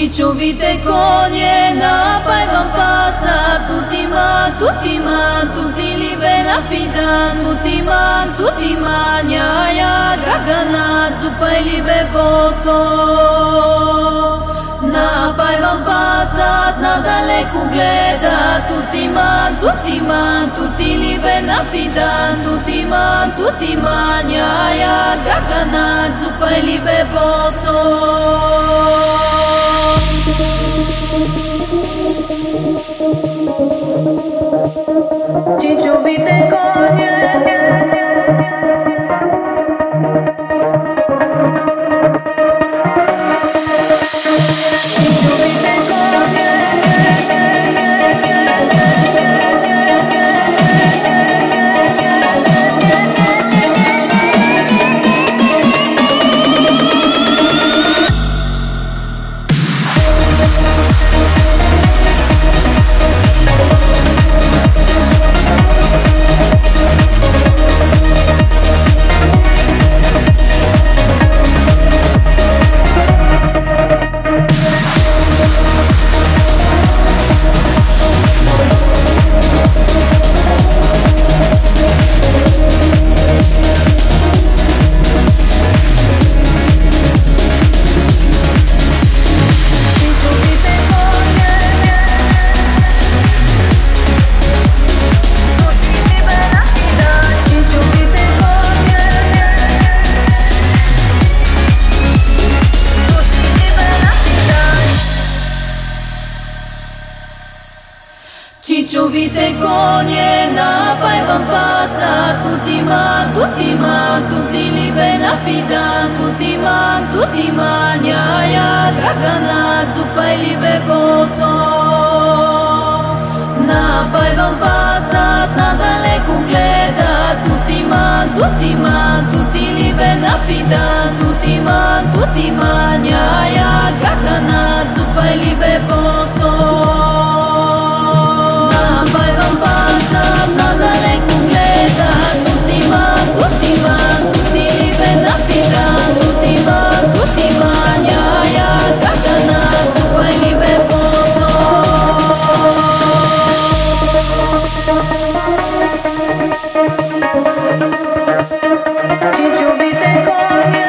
Ciccio vite cogne na pai van passa tutti li ben affidan tutti man ya gagana zupai li be poso na pai van passa nada le cugleda tutti li ben affidan tutti man ya gagana zupai li be poso. Ciccio vite cogne Ciccio vite cogne na pai van passa tutti li ben affidan tutti man ya gagana zupai li be poso na pai van passa nada le cugleda tutti li ben affidan tutti man ya gagana zupai li be poso. Nada le cugleda tutti li ben affidan tutti man ya gagana zupai li be poso Ciccio vite cogne